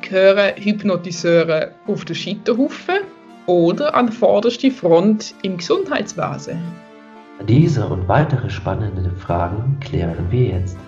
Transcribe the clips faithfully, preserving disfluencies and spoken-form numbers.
gehören Hypnotiseure auf den Scheiterhaufen oder an vorderste Front im Gesundheitswesen? Diese und weitere spannende Fragen klären wir jetzt.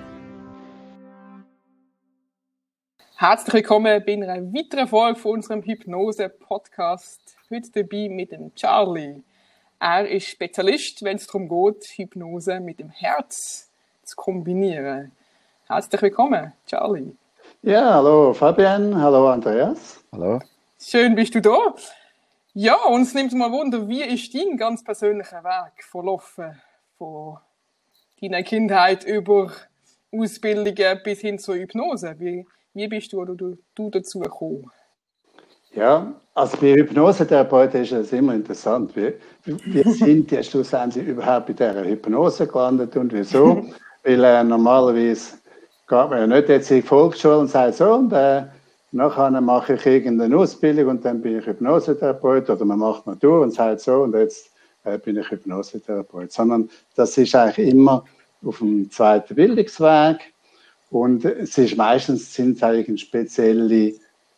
Herzlich willkommen bei einer weiteren Folge von unserem Hypnose-Podcast. Heute dabei mit dem Charlie. Er ist Spezialist, wenn es darum geht, Hypnose mit dem Herz zu kombinieren. Herzlich willkommen, Charlie. Ja, hallo Fabian, hallo Andreas. Hallo. Schön bist du da. Ja, uns nimmt mal Wunder, wie ist dein ganz persönlicher Weg verlaufen? Von deiner Kindheit über Ausbildungen bis hin zur Hypnose. Wie, wie bist du, oder du, du dazu gekommen? Ja, also bei Hypnosetherapeuten ist es immer interessant. Wie, wie sind die schlussendlich überhaupt bei dieser Hypnose gelandet und wieso? Weil äh, normalerweise geht man ja nicht jetzt in die Volksschule und sagt so, und äh, nachher mache ich irgendeine Ausbildung und dann bin ich Hypnosetherapeut, oder man macht Matur und sagt so, und jetzt äh, bin ich Hypnosetherapeut. Sondern das ist eigentlich immer auf dem zweiten Bildungsweg, und es ist meistens sind es eigentlich spezielle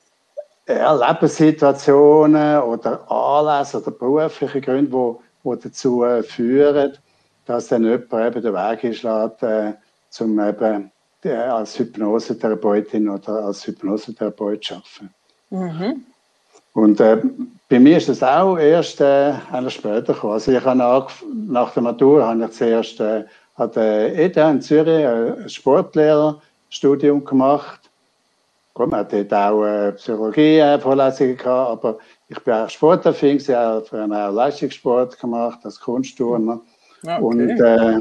ja, Lebenssituationen oder Anlässe oder berufliche Gründe, wo, wo dazu äh, führen, dass dann jemand eben den Weg einschlägt, äh, zum eben der als Hypnosetherapeutin oder als Hypnosetherapeut zu arbeiten. Mhm. Und äh, bei mir ist das auch erst äh, einer später gekommen. Also ich habe nach, nach der Matur habe ich zuerst äh, an der E D A in Zürich ein Sportlehrerstudium gemacht. Gut, man hat dort auch äh, Psychologie-Vorlesungen gehabt, aber ich bin auch sportaffin, ich habe auch Leistungssport gemacht als Kunstturner. Okay. Und äh,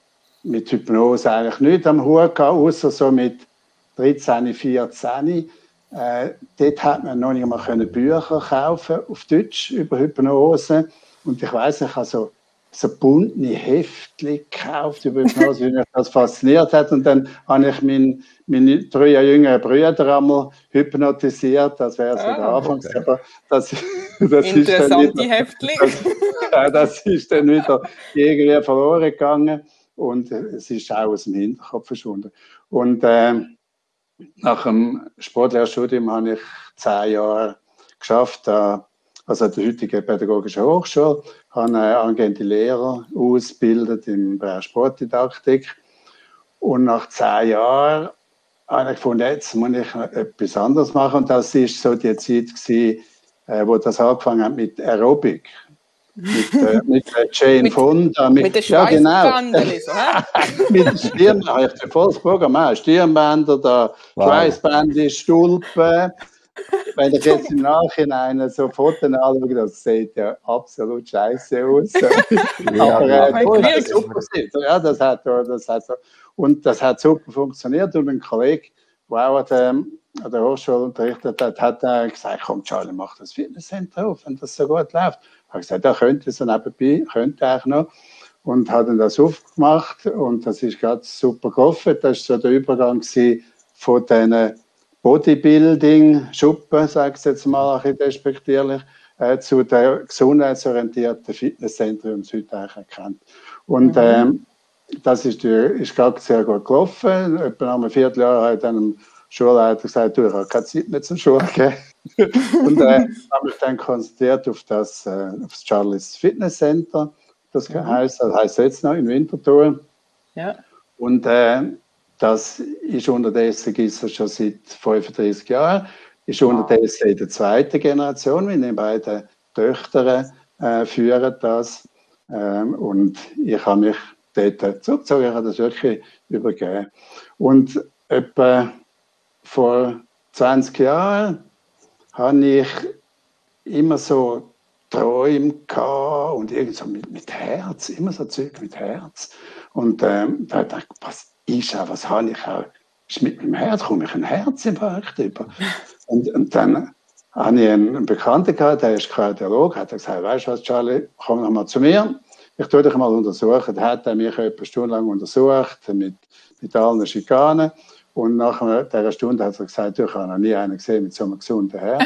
mit Hypnose eigentlich nichts am Hut gehabt, außer so mit dreizehn, vierzehn. Äh, dort hat man noch nicht mal können Bücher kaufen auf Deutsch über Hypnose. Und ich weiss, ich habe so, so bunte Heftchen gekauft über Hypnose, wie mich das fasziniert hat. Und dann habe ich meinen, meine drei Jahre jüngeren Brüder einmal hypnotisiert. Das wäre so ah, der Anfang. Okay. Aber das, das interessante Heftchen. Das, das ist dann wieder irgendwie verloren gegangen. Und es ist auch aus dem Hinterkopf verschwunden. Und äh, nach dem Sportlehrstudium habe ich zehn Jahre geschafft, äh, also an der heutigen Pädagogischen Hochschule, habe äh, angehende Lehrer ausgebildet im Bereich Sportdidaktik. Und nach zehn Jahren habe ich gefunden, jetzt muss ich etwas anderes machen. Und das war so die Zeit gewesen, äh, wo das angefangen hat mit Aerobic. Mit, äh, mit äh, Jane mit, Fonda. Mit, mit den Schweißbändern. Ja, genau. Mit den Stirnbändern. Ich habe volles Programm auch. Stirnbänder, da wow. Schweißbänder, Stulpen. Wenn ich jetzt im Nachhinein so Fotos anschaue, das sieht ja absolut scheiße aus. Ja, aber äh, das hat super ja, das hat, das hat so. Und das hat super funktioniert. Und ein Kollege, der auch an der, an der Hochschule unterrichtet hat, hat äh, gesagt, komm Charlie, mach das Fitnesscenter auf, wenn das so gut läuft. Ich habe gesagt, da könnte so nebenbei, könnte eigentlich noch. Und habe dann das aufgemacht und das ist gerade super gelaufen. Das war so der Übergang von diesen Bodybuilding-Schuppen, sage ich jetzt mal ein bisschen despektierlich, äh, zu den gesundheitsorientierten Fitnesscentren, wie man es heute eigentlich kennt. Und mhm. ähm, das ist, ist gerade sehr gut gelaufen. Etwa nach einem Vierteljahr hat dann ein Schulleiter gesagt, du, ich habe keine Zeit mehr zum Schule geben. Und äh, habe mich dann konzentriert auf das, äh, auf das Charlie's Fitness Center. Das mhm. heisst, das heisst jetzt noch in Winterthur. Ja. Und äh, das ist unterdessen gibt es schon seit fünfunddreißig Jahren. Ist wow. unterdessen in der zweiten Generation. Meine beiden Töchter äh, führen das. Ähm, und ich habe mich dort zurückgezogen. Ich habe das wirklich übergeben. Und etwa vor zwanzig Jahren habe ich immer so Träume gehabt und irgend so mit, mit Herz, immer so Zeug mit Herz. Und ähm, da dachte ich, was ist das, was habe ich auch? Ist mit meinem Herz, komme ich ein Herzinfarkt über? Und, und dann habe ich einen, einen Bekannten gehabt, der ist Kardiologe, hat gesagt, weißt du was, Charlie, komm noch mal zu mir, ich tue dich mal untersuchen. Da hat er mich etwa eine Stunde lang untersucht, mit, mit allen Schikanen. Und nach dieser Stunde hat er gesagt, ich habe noch nie einen gesehen mit so einem gesunden Herz.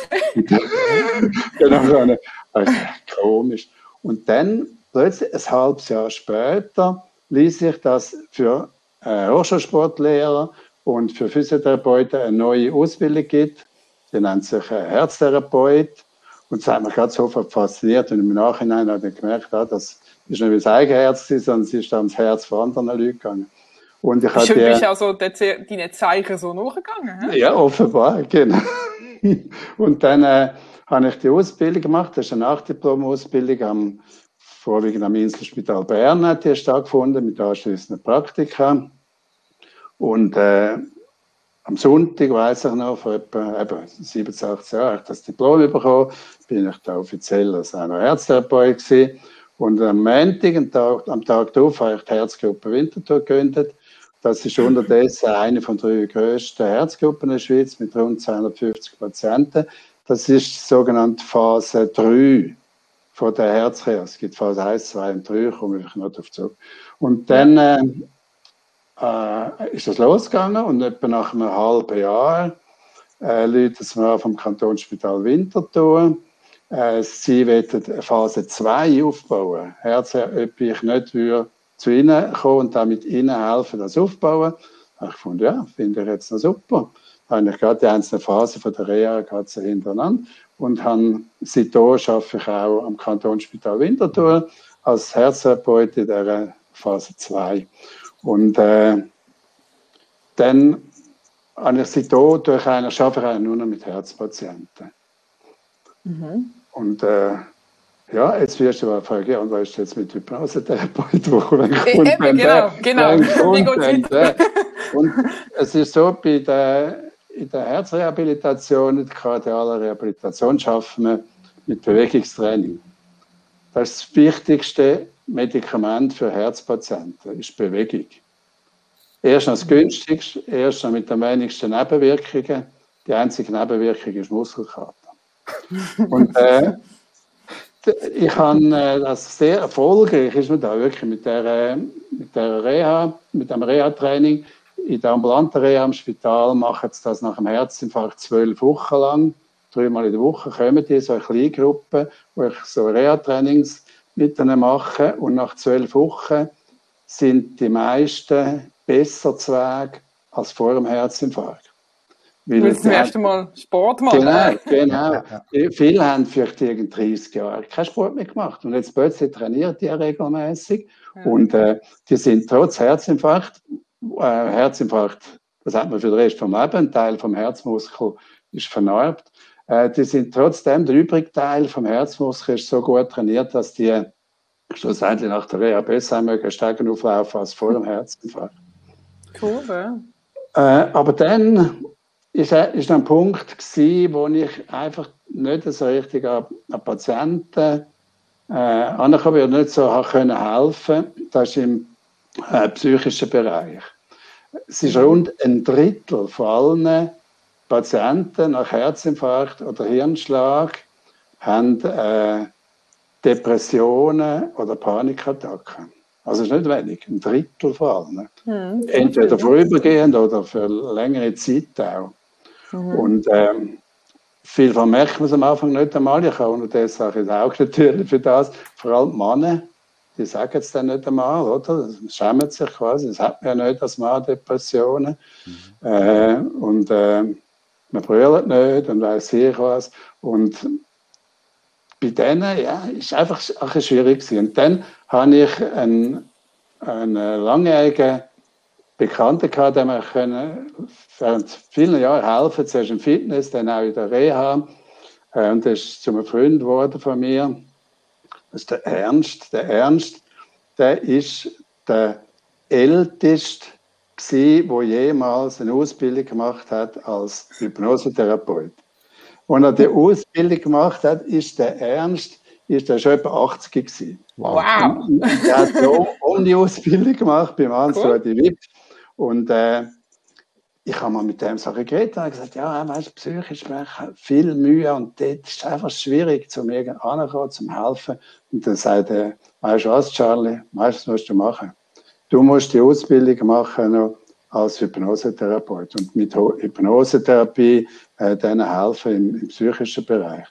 Genau, also, komisch. Und dann, plötzlich, ein halbes Jahr später, ließ sich das für äh, Hochschulsportlehrer und für Physiotherapeuten eine neue Ausbildung gibt. die nennt sich äh, Herztherapeut. Und das hat mich gerade so fasziniert. Und im Nachhinein habe ich gemerkt, ah, das ist nicht mein eigenes Herz, sondern sie ist ans Herz von anderen Leuten gegangen. Und ich Schön, die, bist du also deine Zeichen so nachgegangen? He? Ja, offenbar, genau. Und dann äh, habe ich die Ausbildung gemacht. Das ist eine Nachdiplom-Ausbildung am, vorwiegend am Inselspital Bern hat die stattgefunden, mit anschliessenden Praktika. Und äh, am Sonntag, weiss ich noch, vor etwa eben, siebzehn, achtzehn Jahren, habe ich das Diplom bekommen. Bin ich da offiziell als einer Herztherapeut gewesen. Und am Montag, am Tag, am Tag darauf, habe ich die Herzgruppe Winterthur gegründet. Das ist unterdessen eine von drei grössten Herzgruppen in der Schweiz mit rund zweihundertfünfzig Patienten. Das ist die sogenannte Phase drei von der Herzreha. Es gibt Phase eins, zwei und drei, komme ich noch darauf zurück. Und dann äh, äh, ist das losgegangen und etwa nach einem halben Jahr äh, läutet es mir vom Kantonsspital Winterthur. Äh, sie wollen Phase zwei aufbauen. Herzreha, ob ich nicht würde zu ihnen kommen und dann mit ihnen helfen, das aufbauen. Da habe ich gefunden, ja, finde ich jetzt noch super. Da habe ich gerade die einzelnen Phasen von der Reha gerade so hintereinander und habe, seitdem arbeite ich auch am Kantonsspital Winterthur als Herztherapeut in dieser Phase zwei. Und äh, dann habe ich seitdem durch einen, arbeite ich nur noch mit Herzpatienten. Mhm. Und äh, ja, jetzt wirst du mal fragen, und was ist jetzt mit Hypnosetherapeut? Wo kommt Eben, genau, genau. Wie geht's weiter? Und es ist so, bei der, in der Herzrehabilitation, in der kardialen Rehabilitation, arbeiten wir mit Bewegungstraining. Das ist das wichtigste Medikament für Herzpatienten, ist Bewegung. Erst das günstigste, erst mit den wenigsten Nebenwirkungen. Die einzige Nebenwirkung ist Muskelkater. Und äh, ich habe äh, das sehr erfolgreich, ist man da wirklich mit der, mit der Reha, mit dem Reha-Training. In der ambulanten Reha im Spital machen sie das nach dem Herzinfarkt zwölf Wochen lang. Dreimal in der Woche kommen die, so eine kleine Gruppe, wo ich so Reha-Trainings mit ihnen mache. Und nach zwölf Wochen sind die meisten besser zu Weg als vor dem Herzinfarkt. Weil sie zum ersten Mal Sport machen. Genau, genau. Viele haben vielleicht irgend dreißig Jahre keinen Sport mehr gemacht und jetzt plötzlich trainieren die regelmäßig ja. Und äh, die sind trotz Herzinfarkt, äh, Herzinfarkt, das hat man für den Rest vom Leben, ein Teil vom Herzmuskel ist vernarbt, äh, die sind trotzdem, der übrige Teil vom Herzmuskel ist so gut trainiert, dass die schlussendlich nach der Reha besser mögen, Steigen auflaufen als vor dem Herzinfarkt. Cool, ja. Äh, aber dann ist ist ein Punkt gewesen, wo ich einfach nicht so richtig an, an Patienten äh, angekommen bin und nicht so können helfen. Das ist im äh, psychischen Bereich. Es ist rund ein Drittel von allen Patienten nach Herzinfarkt oder Hirnschlag haben äh, Depressionen oder Panikattacken. Also es ist nicht wenig, ein Drittel von allen. Mhm, entweder vorübergehend oder für längere Zeit auch. Mhm. Und ähm, vielfach merkt man es am Anfang nicht einmal. Ich habe unterdessen auch auch natürlich für das. Vor allem die Männer, die sagen es dann nicht einmal, oder? Das schämen sich quasi. Das hat man ja nicht als Mann Depressionen. Mhm. Äh, und äh, man brüllt nicht und weiss ich was. Und bei denen, ja, ist einfach ein bisschen schwierig gewesen. Und dann habe ich einen, einen langjährigen Bekannten gehabt, dem wir können während vielen Jahren helfen, zuerst im Fitness, dann auch in der Reha. Und das ist zu einem Freund geworden von mir. Das ist der Ernst. Der Ernst, der ist der älteste gewesen, der jemals eine Ausbildung gemacht hat als Hypnosetherapeut. Als er die Ausbildung gemacht hat, ist der Ernst ist er schon etwa achtzig gewesen. Wow! Und er hat so um die Ausbildung gemacht beim Hans-Rudi cool. Wipp. Und äh, ich habe mal mit dem so geredet und gesagt, ja, weißt, psychisch mache ich viel Mühe und dort ist es einfach schwierig, zum irgendwie anzukommen, zum helfen. Und dann sagt er, weißt du was, Charlie, weißt du, was musst du machen? Du musst die Ausbildung machen noch als Hypnosetherapeut und mit Hypnosetherapie äh, denen helfen im, im psychischen Bereich.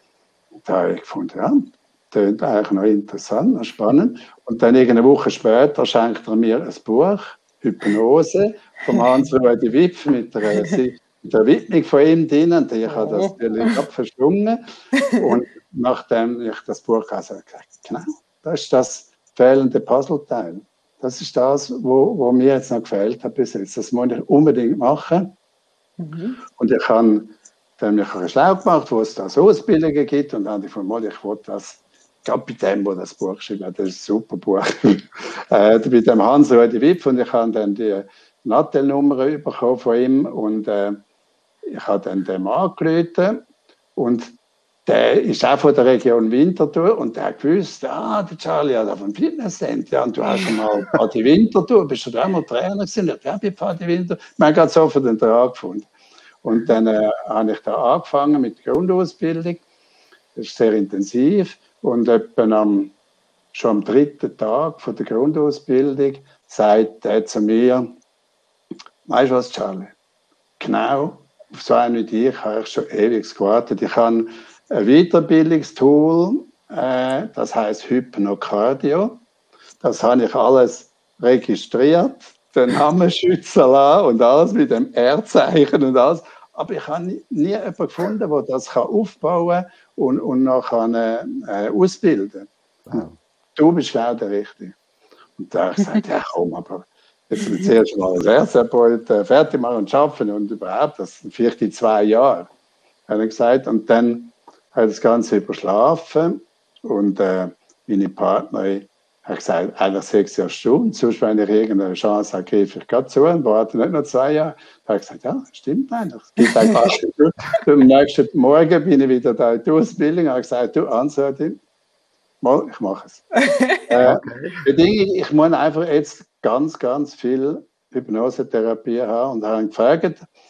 Da habe ich gefunden, ja, das klingt eigentlich noch interessant, noch spannend. Und dann eine Woche später schenkt er mir ein Buch, Hypnose, vom Hans-Rudi Wipp mit einer, mit in der Widmung von ihm drin und ich habe das natürlich verschlungen. Und nachdem ich das Buch gelesen habe, gesagt, genau, das ist das fehlende Puzzleteil. Das ist das, wo, wo mir jetzt noch gefehlt hat bis jetzt. Das muss ich unbedingt machen. Mhm. Und ich habe dann mich schlau gemacht, wo es da so Ausbildungen gibt und dann habe ich gefunden, ich wollte das, gerade bei dem, wo das Buch geschrieben hat, das ist ein super Buch, äh, bei dem Hans-Rudi Wipf, und ich habe dann die Nattel-Nummer bekommen von ihm und äh, ich habe dann dem angerufen und der ist auch von der Region Winterthur und der hat gewusst, ah, der Charlie hat auf dem Fitnesscenter, ja, und du hast schon mal Pfadi Winterthur, bist du da auch mal Trainer gewesen? Ja, bei Pfadi Winterthur. Wir haben gerade sofort den Draht gefunden. Und dann äh, habe ich da angefangen mit der Grundausbildung. Das ist sehr intensiv. Und etwa am, schon am dritten Tag von der Grundausbildung sagt er zu mir, weißt du was, Charlie? Genau, auf so eine wie dich habe ich schon ewig gewartet. Ich habe ein Weiterbildungstool, äh, das heisst Hypnocardio. Das habe ich alles registriert, den Namen schützen lassen und alles mit dem R-Zeichen und alles. Aber ich habe nie, nie jemanden gefunden, der das aufbauen kann und, und nachher äh, ausbilden kann. Du bist genau der Richtige. Und da habe ich gesagt, ja komm, aber jetzt will ich zuerst mal als Ersttherapeut äh, fertig machen und arbeiten und überhaupt, das sind vielleicht in zwei Jahren, habe ich gesagt. Und dann habe ich das Ganze überschlafen und äh, meine Partnerin hat gesagt, eigentlich sechs Jahre Stunden, sonst wenn ich irgendeine Chance habe, greife ich gerade zu und warte nicht noch zwei Jahre. Da habe ich gesagt, ja, stimmt eigentlich. Es gibt eigentlich am nächsten Morgen bin ich wieder da in der Ausbildung, habe gesagt, du, Ansördin, mal, ich mache es. äh, okay. Ich muss einfach jetzt ganz, ganz viel Hypnosetherapie haben und habe ihn gefragt,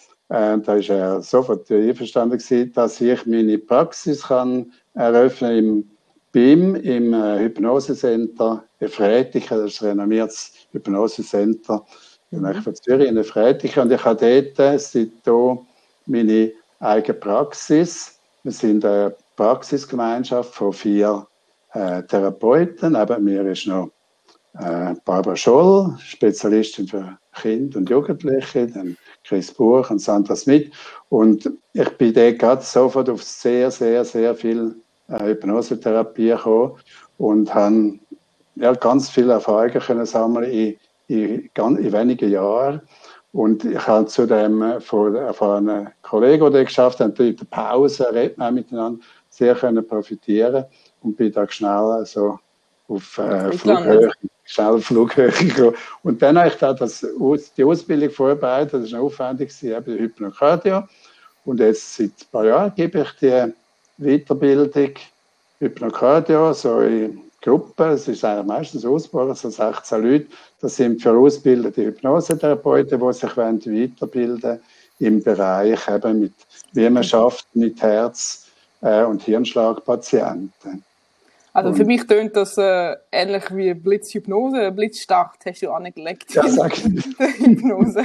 äh, da ist er sofort einverstanden gewesen, dass ich meine Praxis kann eröffnen im B I M, im äh, Hypnosecenter Efretiken, das ist ein renommiertes Hypnosecenter mhm. von Zürich in Efretiken. Und ich habe dort seit hier meine eigene Praxis. Wir sind eine Praxisgemeinschaft von vier äh, Therapeuten. Neben mir ist noch äh, Barbara Scholl, Spezialistin für Kinder und Jugendliche, dann Chris Buch und Sandra Smith. Und ich bin dort gerade sofort auf sehr, sehr, sehr viel Hypnosetherapie gekommen und habe ja, ganz viele Erfahrungen können sammeln in, in, in wenigen Jahren. Und ich habe zudem von, von einem Kollegen, der geschafft hat, in der Pause reden wir miteinander, sehr können profitieren und bin da schnell so auf äh, Flughöhe, schnell auf Flughöhe gekommen. Und dann habe ich da das, die Ausbildung vorbereitet, das war aufwendig, eben Hypnocardio. Und jetzt seit ein paar Jahren gebe ich die Weiterbildung Hypnocardio, so in Gruppen, es ist eigentlich meistens ausgebaut, so sechzehn Leute, das sind für ausgebildete Hypnosetherapeuten, die sich weiterbilden wollen im Bereich eben mit, wie man schafft mit Herz- äh, und Hirnschlagpatienten. Also für mich tönt das äh, ähnlich wie Blitzhypnose, Blitzstart hast du angelegt. Ja, sag ich. Hypnose.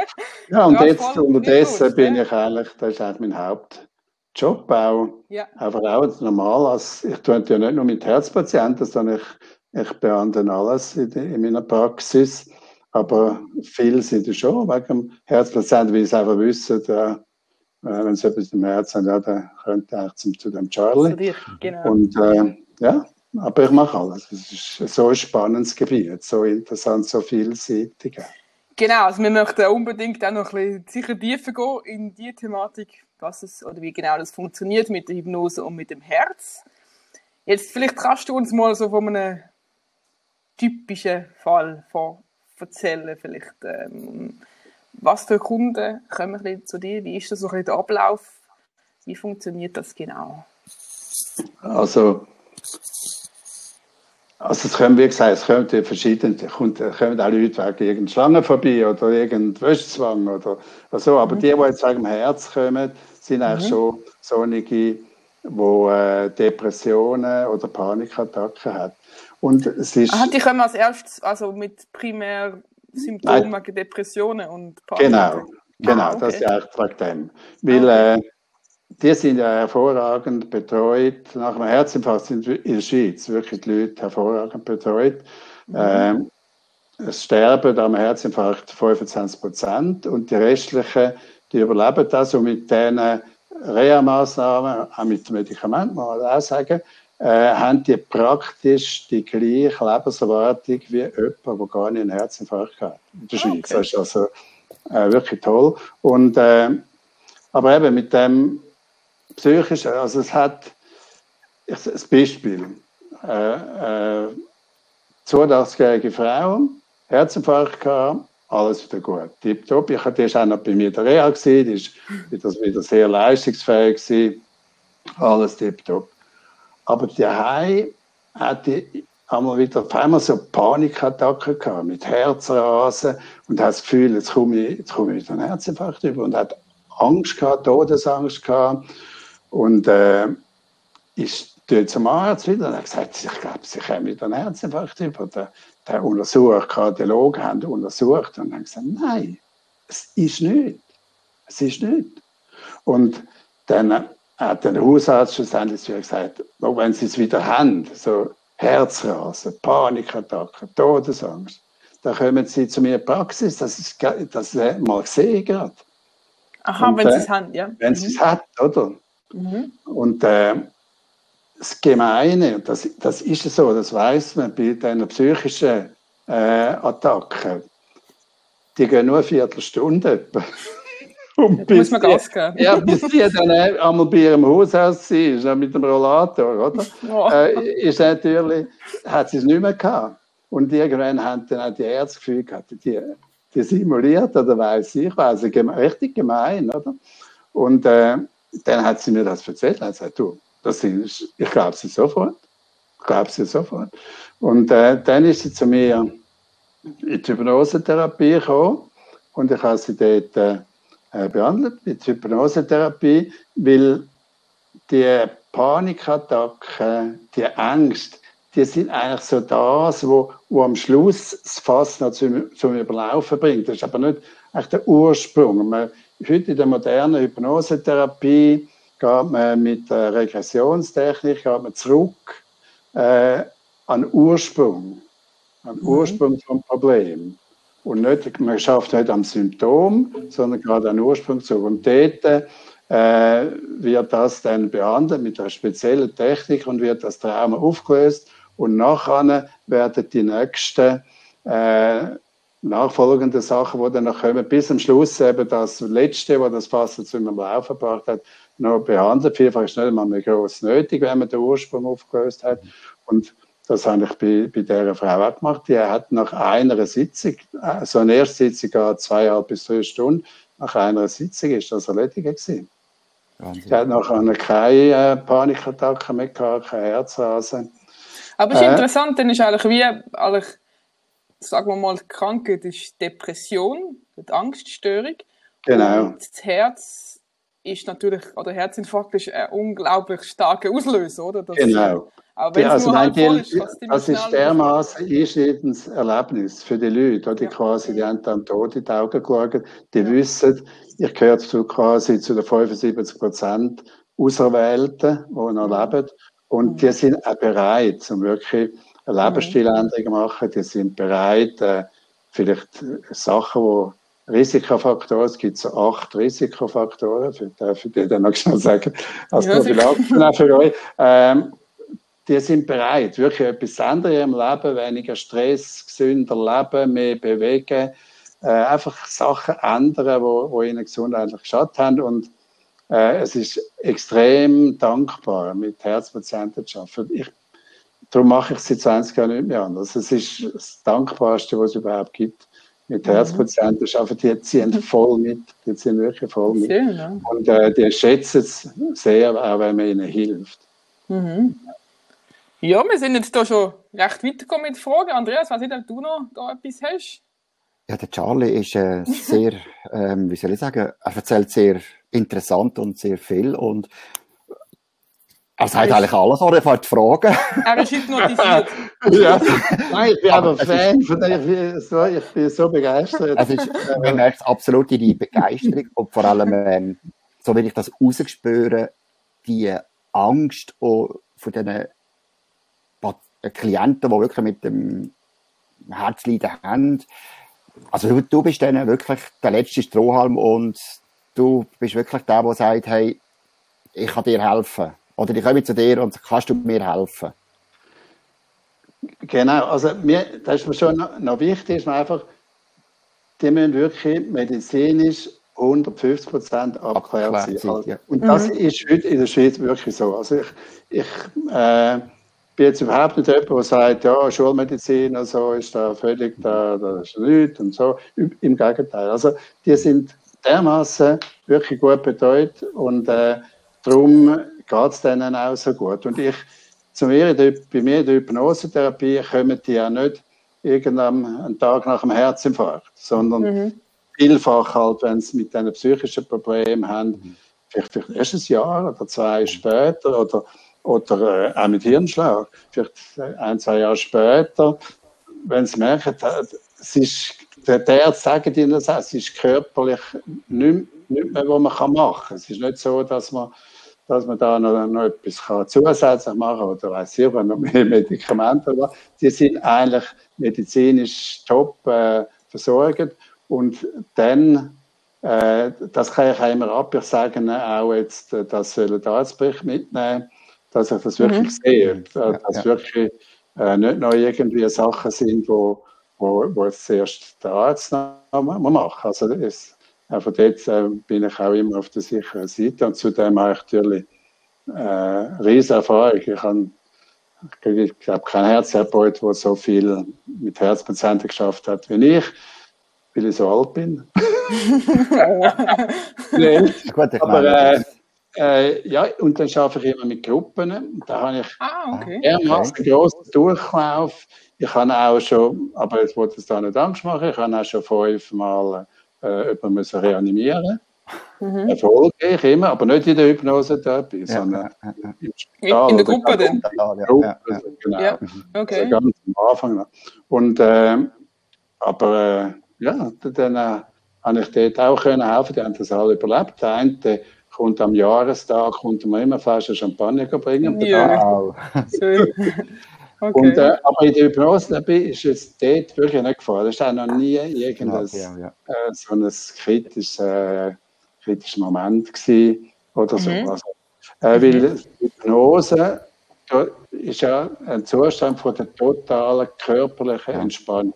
Ja, und ja, jetzt unterdessen bin ich eigentlich, das ist eigentlich mein Haupt. Job auch, ja. Einfach auch normal. Als, ich tue ja nicht nur mit Herzpatienten, sondern ich, ich behandle alles in, in meiner Praxis. Aber viel sind ja schon wegen dem Herzpatienten, weil sie einfach wissen, da, äh, wenn sie etwas im Herzen haben, ja, dann könnte eigentlich zum, zu dem Charlie. Genau. Und äh, ja, aber ich mache alles. Es ist so ein spannendes Gebiet, so interessant, so vielseitig. Genau, also wir möchten unbedingt auch noch ein bisschen sicher tiefer gehen in die Thematik, was es, oder wie genau das funktioniert mit der Hypnose und mit dem Herz. Jetzt vielleicht kannst du uns mal so von einem typischen Fall von erzählen, vielleicht, ähm, was für Kunden kommen ein bisschen zu dir, wie ist das so ein bisschen der Ablauf, wie funktioniert das genau? Also, also es kommen, wie gesagt, es kommen verschiedene, es kommen auch Leute wegen irgendeiner Schlangenphobie oder irgendein Wäschzwang oder, oder so, aber mhm. die, die jetzt wegen dem Herz kommen, sind eigentlich mhm. schon solche, die äh, Depressionen oder Panikattacken haben. Und es ist, Aha, die kommen als erstes also mit primär Symptomen wegen Depressionen und Panikattacken? Genau, genau, ah, okay. Das ist eigentlich wegen dem. Weil okay. äh, die sind ja hervorragend betreut. Nach einem Herzinfarkt sind in der Schweiz wirklich die Leute hervorragend betreut. Mhm. Ähm, es sterben am Herzinfarkt fünfundzwanzig Prozent und die restlichen die überleben das und mit diesen Reha-Massnahmen, auch mit Medikamenten, muss man auch sagen, äh, haben die praktisch die gleiche Lebenserwartung wie jemand, der gar nicht einen Herzinfarkt hat in der Schweiz. Okay. Das ist also äh, wirklich toll. Und, äh, aber eben mit dem psychischen, also es hat ein Beispiel, äh, äh, zweiunddreißigjährige Frau, Herzinfarkt gehabt, alles wieder gut, tipptopp. Ich hatte auch noch bei mir in der Reha gesehen, die ist wieder, wieder sehr leistungsfähig gewesen, alles tipptopp. Aber die Hause hatte einmal wieder auf einmal so Panikattacken gehabt, mit Herzrasen und hat das Gefühl, jetzt komme ich, jetzt komme ich wieder einen Herzinfarkt über und hat Angst gehabt, Todesangst gehabt und äh, ist dort zum Arzt wieder und hat gesagt, ich glaube, sie kommen wieder einen Herzinfarkt über. Der, der Untersucher, Kardiologen haben untersucht und haben gesagt, nein, es ist nicht. Es ist nicht. Und dann hat der Hausarzt schlussendlich gesagt, auch wenn sie es wieder haben, so Herzrasen, Panikattacken, Todesangst, dann kommen sie zu mir in die Praxis, dass ich das mal sehe gerade. Aha, und, wenn äh, sie es haben, ja. Wenn mhm. sie es hat, oder? Mhm. Und äh, das Gemeine, das, das ist so, das weiss man bei diesen psychischen äh, Attacken, die gehen nur eine Viertelstunde. Und bis muss man Gas geben. Ja, bis sie dann einmal bei ihrem Haushaus war, mit dem Rollator, oder? Oh. Äh, ist natürlich, hat sie es nicht mehr gehabt. Und irgendwann haben dann auch die Ärzte das Gefühl gehabt, die, die simuliert, oder weiss ich, also richtig gemein, oder? Und äh, dann hat sie mir das erzählt, und hat gesagt, du, das ist, ich glaube sie sofort. Ich glaube sie sofort. Und äh, dann ist sie zu mir in die Hypnosetherapie gekommen und ich habe sie dort äh, behandelt mit Hypnosetherapie, weil die Panikattacken, die Angst, die sind eigentlich so das, wo, wo am Schluss das Fass noch zum, zum Überlaufen bringt. Das ist aber nicht eigentlich der Ursprung. Man, heute in der modernen Hypnosetherapie geht man mit der Regressionstechnik geht man zurück äh, an den Ursprung, an den Ursprung vom Problem. Und nicht, man schafft nicht am Symptom, sondern gerade an den Ursprung zurück. Und dort äh, wird das dann behandelt mit einer speziellen Technik und wird das Trauma aufgelöst. Und nachher werden die nächsten äh, nachfolgenden Sachen, die dann noch kommen, bis zum Schluss eben das Letzte, was das Fass zum Laufen gebracht hat, noch behandelt. Vielfach ist nicht einmal mehr gross nötig, wenn man den Ursprung aufgelöst hat. Und das habe ich bei, bei dieser Frau auch gemacht. Die hat nach einer Sitzung, so eine erste Sitzung geht zweieinhalb bis drei Stunden, nach einer Sitzung ist das erledigt gewesen. Wahnsinn. Die hat nachher keine Panikattacken mehr gehabt, keine Herzrasen. Aber es ist äh, interessant, dann ist eigentlich wie, eigentlich, sagen wir mal, die Krankheit ist Depression, die Angststörung. Genau. Und das Herz ist natürlich, oder Herzinfarkt ist ein unglaublich starker Auslöser, oder? Das, genau. Aber wenn ja, es also nur halb voll die, ist, das ist dermaßen einschneidendes Erlebnis für die Leute, die ja. quasi, die haben dann tot in die Augen geschaut, die ja. wissen, ich gehöre zu, quasi zu den fünfundsiebzig Prozent Auserwählten, die noch mhm. leben. Und mhm. die sind auch bereit, um wirklich eine Lebensstiländerung zu machen. Die sind bereit, äh, vielleicht Sachen, die Risikofaktoren, es gibt so acht Risikofaktoren, für, für die dann noch schnell sagen, als ja, Prophylaxe für euch. Ähm, die sind bereit, wirklich etwas zu ändern in ihrem Leben, weniger Stress, gesünder leben, mehr bewegen, äh, einfach Sachen ändern, wo, wo ihnen gesundheitlich geschadet haben. Und äh, es ist extrem dankbar, mit Herzpatienten zu arbeiten. Ich, darum mache ich es seit zwanzig Jahren nicht mehr anders. Es ist das Dankbarste, was es überhaupt gibt. Mit Herzpatienten arbeiten, die ziehen voll mit, die ziehen wirklich voll mit. Sehr, ja. Und äh, die schätzen es sehr, auch wenn man ihnen hilft. Mhm. Ja, wir sind jetzt da schon recht weitergekommen mit Fragen. Andreas, weiß nicht, ob du noch da etwas hast? Ja, der Charlie ist äh, sehr, ähm, wie soll ich sagen, er erzählt sehr interessant und sehr viel und er sagt er eigentlich alles, oder? Er fährt Fragen. Er ist hypnotisiert. Ja. Nein, ich bin aber, aber Fan ist, von dem, ich bin so, ich bin so begeistert. Es ist, man merkt absolut die Begeisterung und vor allem, ähm, so wie ich das rausspüre, die Angst von diesen Klienten, die wirklich mit dem Herzleiden haben. Also du bist dann wirklich der letzte Strohhalm und du bist wirklich der, der sagt, hey, ich kann dir helfen. Oder ich komme zu dir und kannst du mir helfen? Genau, also mir, das ist mir schon noch, noch wichtig, ist mir einfach, die müssen wirklich medizinisch hundertfünfzig Prozent abgeklärt sein. Also, ja. Und das mhm. ist heute in der Schweiz wirklich so. Also ich, ich äh, bin jetzt überhaupt nicht jemand, der sagt, ja, Schulmedizin und so ist da völlig, da, da ist nichts und so. Im Gegenteil. Also die sind dermaßen wirklich gut betreut und äh, darum geht es denen auch so gut. Und ich, zu mir, bei mir in der Hypnosetherapie kommen die ja nicht irgendeinen Tag nach dem Herzinfarkt, sondern mhm. vielfach halt, wenn sie mit diesen psychischen Problemen haben, mhm. vielleicht, vielleicht erst ein Jahr oder zwei später oder, oder äh, auch mit Hirnschlag, vielleicht ein, zwei Jahre später, wenn sie merken, es ist, der Arzt sagt ihnen das auch, es ist körperlich nicht, nicht mehr, was man machen kann. Es ist nicht so, dass man dass man da noch, noch etwas kann zusätzlich machen kann oder weiss ich, noch mehr Medikamente. Die sind eigentlich medizinisch top äh, versorgt. Und dann, äh, das kann ich auch immer ab. Ich sage ihnen auch jetzt, dass sie den Arztbericht mitnehmen, dass ich das wirklich mhm. sehe. Dass ja. wirklich äh, nicht noch irgendwie Sachen sind, wo, wo, wo zuerst der Arzt noch macht. Also es, von dort äh, bin ich auch immer auf der sicheren Seite. Und zudem habe ich natürlich äh, riesige Erfahrung. Ich habe, ich glaube, kein Herztherapeut, der so viel mit Herzpatienten geschafft hat wie ich, weil ich so alt bin. nee, Gut, aber äh, äh, ja, und dann arbeite ich immer mit Gruppen. Da habe ich ah, okay. mehrmals einen grossen Durchlauf. Ich habe auch schon, aber jetzt wollte ich es da nicht Angst machen, ich habe auch schon fünfmal äh, jemanden müssen reanimieren. Mhm. Erfolgreich immer, aber nicht in der Hypnosetherapie, ja, sondern ja, ja. im Spital. In der Gruppe denn? Ja, Gruppe, ja, ja. Genau. Ja, okay. Also ganz am Anfang noch. Und, äh, aber äh, ja, dann äh, habe ich dort auch können helfen, die haben das alle überlebt. Der eine kommt am Jahrestag, kommt mir immer fast einen Champagner bringen. Ja, wow. Schön. Okay. Und, äh, aber in der Hypnosetherapie ist es dort wirklich nicht gefallen. Es ist auch noch nie irgendein ja, ja. äh, so ein kritisches, äh, kritischer Moment gewesen oder so. Mhm. Also, äh, mhm. Weil Hypnose ist ja ein Zustand von der totalen körperlichen Entspannung.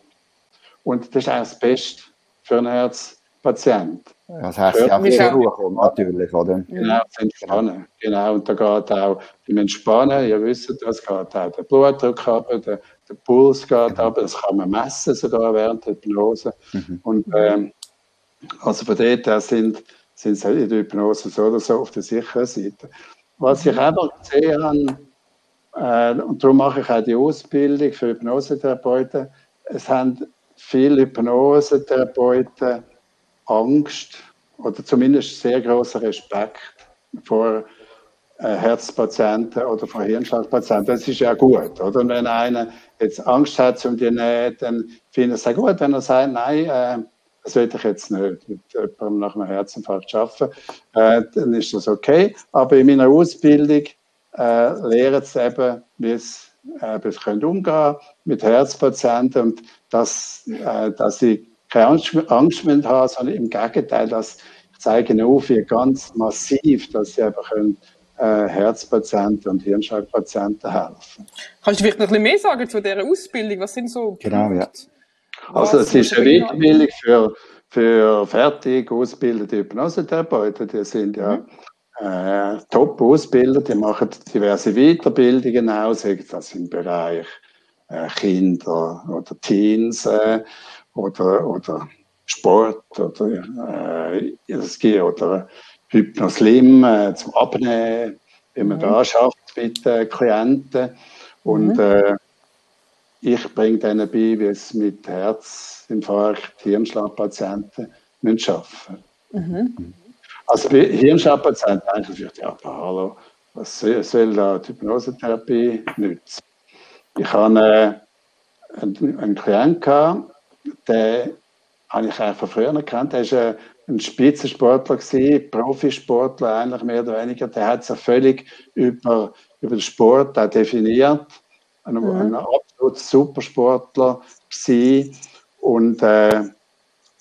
Und das ist auch das Beste für einen Herzpatient. Das heißt, ja, auch zur Ruhe kommt, natürlich, oder? Genau, das Entspannen. Genau, und da geht auch beim Entspannen, ihr wisst, das geht auch der Blutdruck runter, der, der Puls geht runter, genau. Das kann man messen sogar während der Hypnose. Mhm. Und ähm, also von dort her sind, sind sie in der Hypnose so oder so auf der sicheren Seite. Was ich auch noch gesehen habe, äh, und darum mache ich auch die Ausbildung für Hypnosetherapeuten, es haben viele Hypnosetherapeuten Angst oder zumindest sehr großer Respekt vor äh, Herzpatienten oder vor Hirnschlagpatienten. Das ist ja gut, oder? Und wenn einer jetzt Angst hat, um die Nähe, dann finde ich es sehr gut, wenn er sagt, nein, äh, das will ich jetzt nicht mit jemandem nach einem Herzinfarkt arbeiten, äh, dann ist das okay. Aber in meiner Ausbildung äh, lehren sie eben, wie es äh, umgehen mit Herzpatienten und dass, äh, dass sie keine Angst, Angst mehr haben, sondern im Gegenteil, dass ich zeige ihnen auf, wie ganz massiv, dass sie einfach können, äh, Herzpatienten und Hirnschlagpatienten helfen. Kannst du vielleicht noch ein bisschen mehr sagen zu dieser Ausbildung? Was sind so Genau, ja. Also es ist eine Weiterbildung für, für fertig ausgebildete Hypnosetherapeuten. Die sind ja mhm. äh, Top-Ausbilder, die machen diverse Weiterbildungen aus, das im Bereich äh, Kinder oder Teens, äh, Oder, oder Sport oder, äh, oder Hypnoslim äh, zum Abnehmen, wie man mhm. da schafft mit äh, Klienten. Und mhm. äh, ich bringe denen bei, wie es mit Herzinfarkt, Hirnschlagpatienten müssen arbeiten müssen. Mhm. Also bei Hirnschlagpatienten eigentlich wird ja, aber hallo, was soll, soll da die Hypnosetherapie nützen? Ich hatte äh, einen, einen Klienten gehabt, den habe ich eigentlich von früher gekannt. Er war ein Spitzensportler, Profisportler eigentlich mehr oder weniger. Der hat sich völlig über, über den Sport auch definiert. Ein, mhm. ein absolut Supersportler gewesen und äh,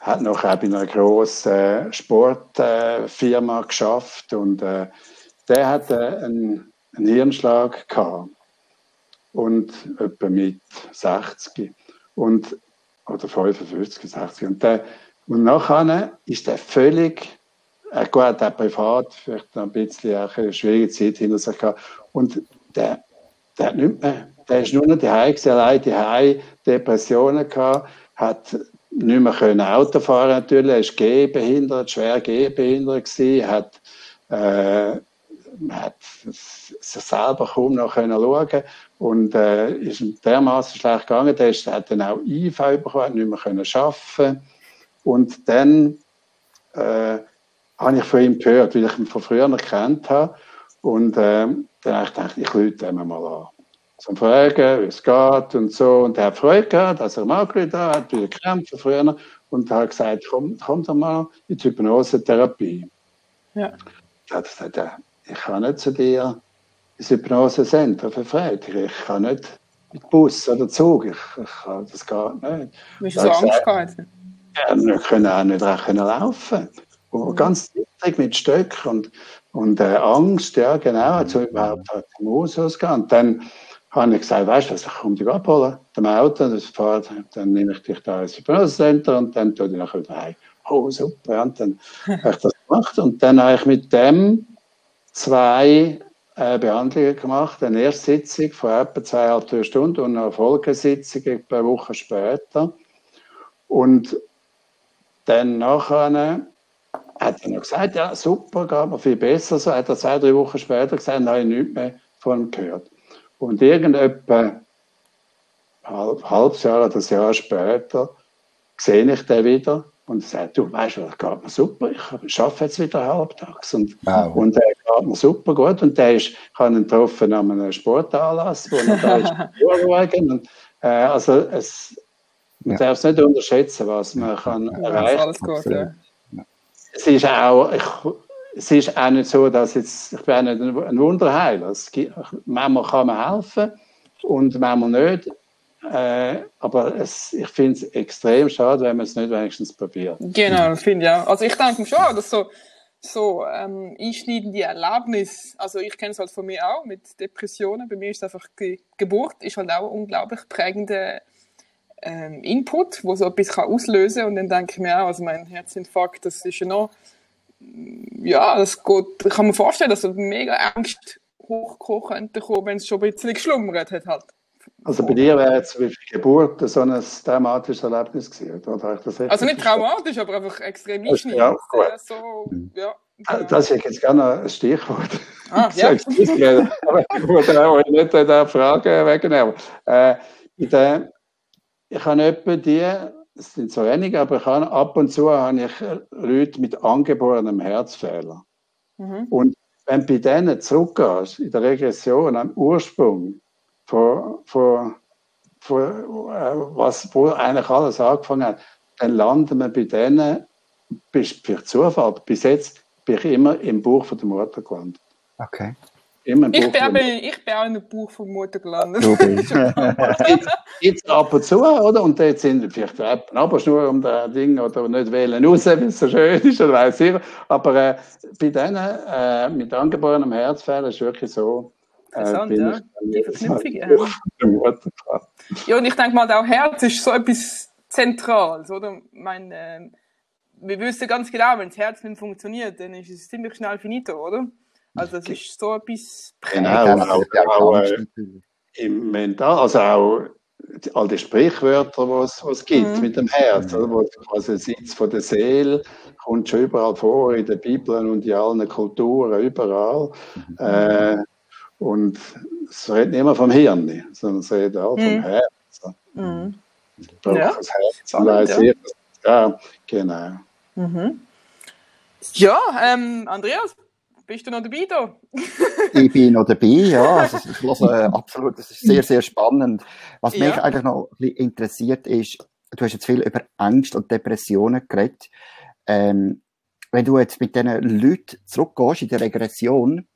hat noch auch bei einer grossen Sportfirma äh, geschafft und äh, der hatte einen, einen Hirnschlag gehabt und etwa mit sechzig und oder fünfundfünfzig, sechzig und der und nachher ist der völlig äh, gut, auch privat vielleicht noch ein bisschen auch eine schwierige Zeit hinter sich gehabt und der der hat nicht mehr, der ist nur noch daheim gewesen, allein daheim Depressionen gehabt, hat nicht mehr können Auto fahren natürlich, er ist gehbehindert, schwer gehbehindert gewesen, hat, äh, hat sich selber kaum noch können schauen und äh, ist dermaßen schlecht gegangen, der ist, hat dann auch I V bekommen, hat nicht mehr können arbeiten und dann äh, habe ich von ihm gehört, weil ich ihn von früher noch gekannt habe und äh, dann habe ich gedacht, ich rufe ihn mal an. Zum Fragen, wie es geht und so. Und er hat Freude gehabt, dass er mal gerufen hat, hat wieder gekämpft früher und hat gesagt, komm, komm doch mal in die Hypnosetherapie. Ja. Da hat er gesagt, ja, ich kann nicht zu dir ins Hypnosecenter für Freitag. Ich kann nicht mit Bus oder Zug. Ich, ich kann, das geht nicht. Wie hast du so Angst gehabt? Ja, wir können auch nicht recht laufen. Und mhm. ganz zittrig mit Stöcken und, und äh, Angst, ja genau, also überhaupt halt im Haus ausgehen. Und dann habe ich gesagt, weißt du was, ich komme dich abholen, dem Auto, das fahrt, dann nehme ich dich da ins Hypnosecenter und dann tue ich nachher wieder heim. Oh, super, und dann habe ich das gemacht und dann habe ich mit dem zwei äh, Behandlungen gemacht, eine erste Sitzung von etwa zweieinhalb drei Stunden und eine Folgesitzung etwa eine Woche später und dann nachher hat er noch gesagt, ja super, geht mir viel besser, so hat er zwei, drei Wochen später gesagt, dann habe ich nichts mehr von ihm gehört. Und irgendetwa ein halbes Jahr oder ein Jahr später sehe ich den wieder und sage, du weißt du, das geht mir super, ich arbeite jetzt wieder halbtags. Und, wow. und der geht mir super gut. Und der ist, ich habe ihn getroffen an einem Sportanlass, wo er da ist. und, äh, also es, man ja. darf es nicht unterschätzen, was man kann ja, erreichen kann. Alles gut, ja. Es ist auch, ich, es ist auch nicht so, dass jetzt, ich bin auch nicht ein Wunderheiler. Es gibt, manchmal kann man helfen und manchmal nicht. Äh, aber es, ich finde es extrem schade, wenn man es nicht wenigstens probiert. Genau, finde ich auch. Also ich denke schon, dass so, so ähm, einschneidende Erlebnisse, also ich kenne es halt von mir auch mit Depressionen. Bei mir ist es einfach, die Geburt ist halt auch ein unglaublich prägender ähm, Input, wo so etwas kann auslösen kann. Und dann denke ich mir auch, also mein Herzinfarkt, das ist ja noch, ja, das geht, ich kann mir vorstellen, dass so mega Angst hochkommen könnte, wenn es schon ein bisschen geschlummert hat halt. Also bei dir wäre jetzt wie die Geburt so ein dramatisches Erlebnis gewesen, oder? Das also nicht traumatisch, aber einfach extrem einschneidend. Ja, so, ja, ja. Das ist jetzt gerne ein Stichwort. Ah, ja. Aber ich wollte auch nicht der Frage wegnehmen. Äh, der, ich habe etwa die, es sind so wenige, aber ich habe, ab und zu habe ich Leute mit angeborenem Herzfehler. Mhm. Und wenn du bei denen zurückgehst, in der Regression, am Ursprung, Von, von, von, äh, was, wo eigentlich alles angefangen hat, dann landen wir bei denen, bis für Zufall, bis jetzt bin ich immer im Buch von der Mutter gelandet. Okay. Immer im Buch ich, bin aber, ich bin auch in dem Buch von der Mutter gelandet. jetzt, jetzt ab und zu, oder? Und jetzt sind vielleicht eine Nabelschnur um das Ding oder nicht wählen raus, weil es so schön ist, oder weiss ich. Aber äh, bei denen äh, mit angeborenem Herzfehler ist es wirklich so, Interessant, äh, ja. Die Verknüpfung. Ja. ja, und ich denke mal, auch Herz ist so etwas Zentrales, oder? Ich meine, äh, wir wissen ganz genau, wenn das Herz nicht funktioniert, dann ist es ziemlich schnell finito, oder? Also es ist so etwas Genau, auch, auch, auch äh, im Mental, also auch all die Sprichwörter, die es gibt mhm. mit dem Herz, oder? Wo quasi der Sitz von der Seele kommt schon überall vor, in den Bibeln und in allen Kulturen, überall. Mhm. Äh, Und es redet nicht immer vom Hirn, sondern es redet auch vom mm. Herz. Mm. Ja. Das Herz. Spannend, ja. ja, genau. Mhm. Ja, ähm, Andreas, bist du noch dabei da? Ich bin noch dabei, ja. Also, ich höre, äh, absolut, das ist sehr, sehr spannend. Was ja. mich eigentlich noch ein bisschen interessiert ist, du hast jetzt viel über Angst und Depressionen geredet. Ähm, wenn du jetzt mit diesen Leuten zurückgehst in der Regression,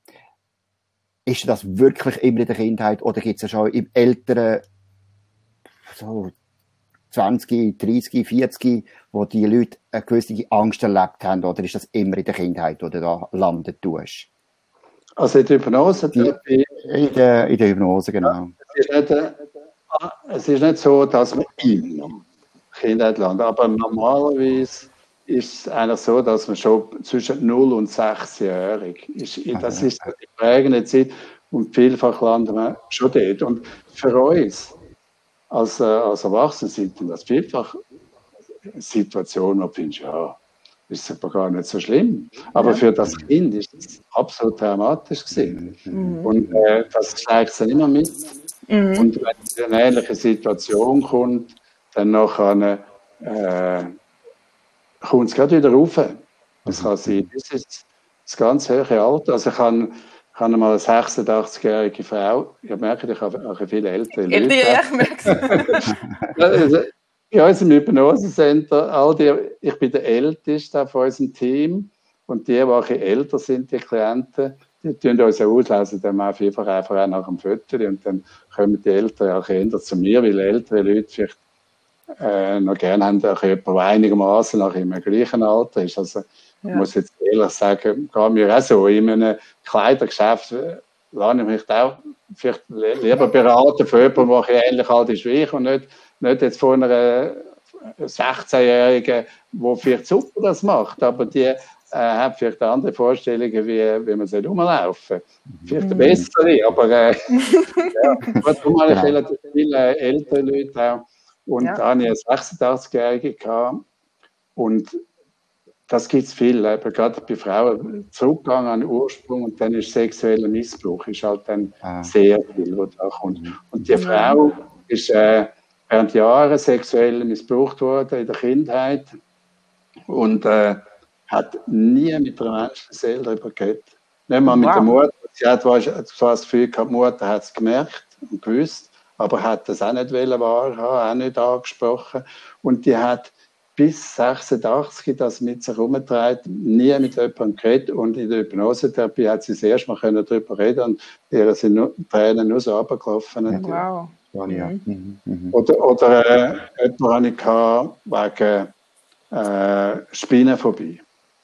ist das wirklich immer in der Kindheit oder gibt es ja schon im älteren, so zwanzig, dreißig, vierzig, wo die Leute eine gewisse Angst erlebt haben, oder ist das immer in der Kindheit, wo du da landen tust? Also in der Hypnose? Die, in, der, in der Hypnose, genau. Es ist nicht, äh, es ist nicht so, dass man immer Kindheit landet, aber normalerweise ist es eigentlich so, dass man schon zwischen null und sechsjährig ist. Das ist die prägende Zeit und vielfach landet man schon dort. Und für uns als, als Erwachsene sind das vielfach Situationen, wo du findest, ja, ist aber gar nicht so schlimm. Aber ja. für das Kind ist es absolut traumatisch gewesen. Mhm. Und äh, das steigt dann immer mit. Mhm. Und wenn es in eine ähnliche Situation kommt, dann nachher äh, kommt es gerade wieder rauf. Das kann sein, das ist das ganz hohe Alter. Also ich habe, ich habe mal eine sechsundachtzig-jährige Frau, ich merke, ich habe auch viele ältere Leute. Ja, ich merke es. Ja, in unserem Hypnosecenter, all die, ich bin der Älteste von unserem Team und die, die auch älter sind, die Klienten, die tun uns ja auslesen, dann machen wir einfach, einfach auch nach dem Foto und dann kommen die Älteren auch eher zu mir, weil ältere Leute vielleicht äh, noch gerne haben, auch jemand, der einigermaßen nach im gleichen Alter ist. Also ja. Ich muss jetzt ehrlich sagen, geht mir auch so, in einem Kleidergeschäft lasse ich mich auch vielleicht lieber beraten von jemandem, der ähnlich alt ist wie ich und nicht Nicht jetzt von einer sechzehnjährigen, die vielleicht super das macht, aber die äh, hat vielleicht andere Vorstellungen, wie, wie man so rumlaufen. Vielleicht eine bessere, aber äh, ja, darum habe ich relativ viele ältere Leute auch. Und ja. da hatte ich eine sechsundachtzig-jährige gehabt. Und das gibt es viel, eben, gerade bei Frauen. Zurückgegangen an den Ursprung und dann ist sexueller Missbrauch ist halt dann ah. sehr viel, was da kommt. Und die Frau ist äh, während Jahren sexuell missbraucht worden in der Kindheit und äh, hat nie mit einer Menschenseele darüber geredet. Nicht mal mit wow. der Mutter. Sie hat so das Gefühl gehabt, die Mutter hat es gemerkt und gewusst, aber hat das auch nicht wahrhaben, auch nicht angesprochen. Und die hat bis sechsundachtzig das mit sich herumgetragen, nie mit jemandem geredet und in der Hypnosetherapie hat sie das erste Mal können darüber reden und ihre sind nur, Tränen nur so runtergelaufen. Wow. Ja. Mhm. Mhm. Oder, oder äh, jemanden hatte ich wegen äh, Spinnenphobie.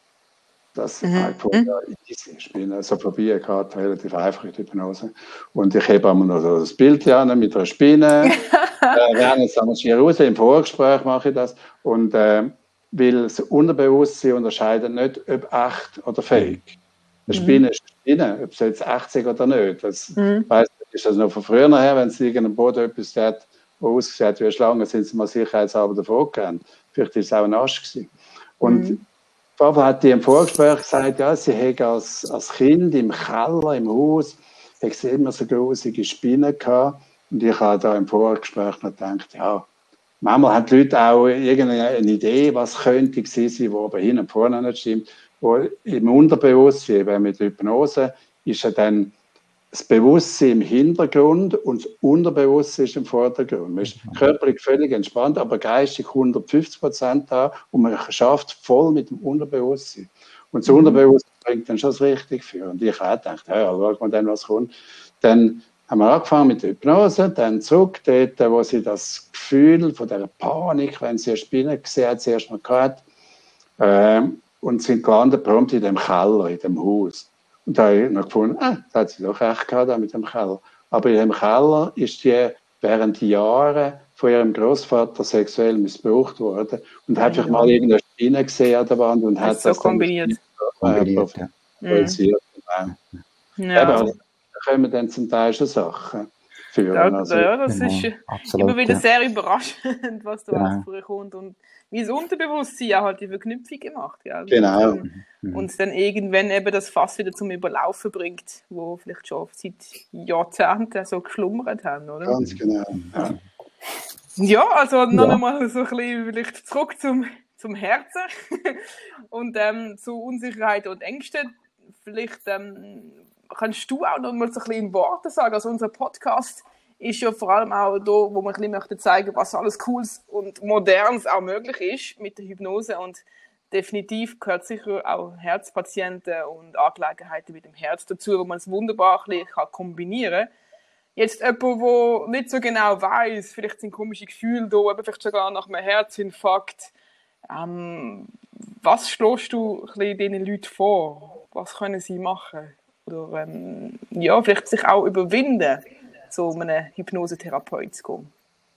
Das mhm. habe ich gefunden, ja, easy, Spinnenphobie gehabt, relativ einfach in der Hypnose. Und ich habe einmal noch so das Bild mit einer Spinne. äh, während jetzt einmal schier raus, im Vorgespräch mache ich das. Und äh, weil das Unterbewusstsein unterscheidet nicht, ob echt oder fake. Eine Spinne ist eine Spinne, ob sie jetzt echt ist oder nicht. Das mhm. weiss ist das noch von früher her, wenn es irgendeinem Boden etwas hat, wo ausgesehen wie eine Schlange, sind sie mal sicherheitshalber davon gegangen. Vielleicht war es auch ein Asch gewesen. Und mhm. Papa hat die im Vorgespräch gesagt, ja, sie hätte als, als Kind im Keller, im Haus, hätte sie immer so große Spinnen gehabt. Und ich habe da im Vorgespräch noch gedacht, ja, manchmal haben die Leute auch irgendeine Idee, was könnte gewesen sein, wo aber hin und vorne nicht stimmt. Wo im Unterbewusstsein, wenn mit Hypnose, ist ja dann das Bewusstsein im Hintergrund und das Unterbewusstsein ist im Vordergrund. Man ist körperlich völlig entspannt, aber geistig hundertfünfzig Prozent da und man schafft voll mit dem Unterbewusstsein. Und das Unterbewusstsein bringt dann schon das Richtige für. Und ich habe gedacht, ja, schauen wir dann, was kommt. Dann haben wir angefangen mit der Hypnose, dann zurück dort, wo sie das Gefühl von der Panik, wenn sie eine Spinne gesehen hat, zuerst mal gehabt, ähm, und sind gelandet prompt in dem Keller, in dem Haus. Und da habe ich noch gefunden, ah, das hat sie doch recht gehabt mit dem Keller. Aber in dem Keller ist die während Jahren von ihrem Großvater sexuell missbraucht worden und hat vielleicht mal irgendeine Spinne gesehen an der Wand und hat so das kombiniert. dann kombiniert, ja. Projiziert. Mhm. Ja. Aber da kommen dann zum Teil schon Sachen führen. Ja, also, ja das genau, ist absolut, immer wieder ja. sehr überraschend, was da Genau. alles vorkommt und wie das Unterbewusstsein auch halt die Verknüpfung gemacht. Ja. Genau. Und dann, uns dann irgendwann eben das Fass wieder zum Überlaufen bringt, wo vielleicht schon seit Jahrzehnten so geschlummert haben, oder? Ganz genau. Ja, ja also noch Ja. einmal so ein bisschen vielleicht zurück zum, zum Herzen und ähm, zu Unsicherheit und Ängste. Vielleicht ähm, kannst du auch noch mal so ein bisschen in Worte sagen, also unser Podcast ist ja vor allem auch da, wo wir ein bisschen möchten zeigen, was alles Cooles und Modernes auch möglich ist mit der Hypnose und definitiv gehört sicher auch Herzpatienten und Angelegenheiten mit dem Herz dazu, wo man es wunderbar ein bisschen kombinieren kann. Jetzt jemand, der nicht so genau weiss, vielleicht sind komische Gefühle da, eben vielleicht sogar nach einem Herzinfarkt. Ähm, was schlägst du diesen Leuten vor? Was können sie machen? Oder ähm, ja, vielleicht sich auch überwinden, zu einem Hypnosetherapeut zu gehen?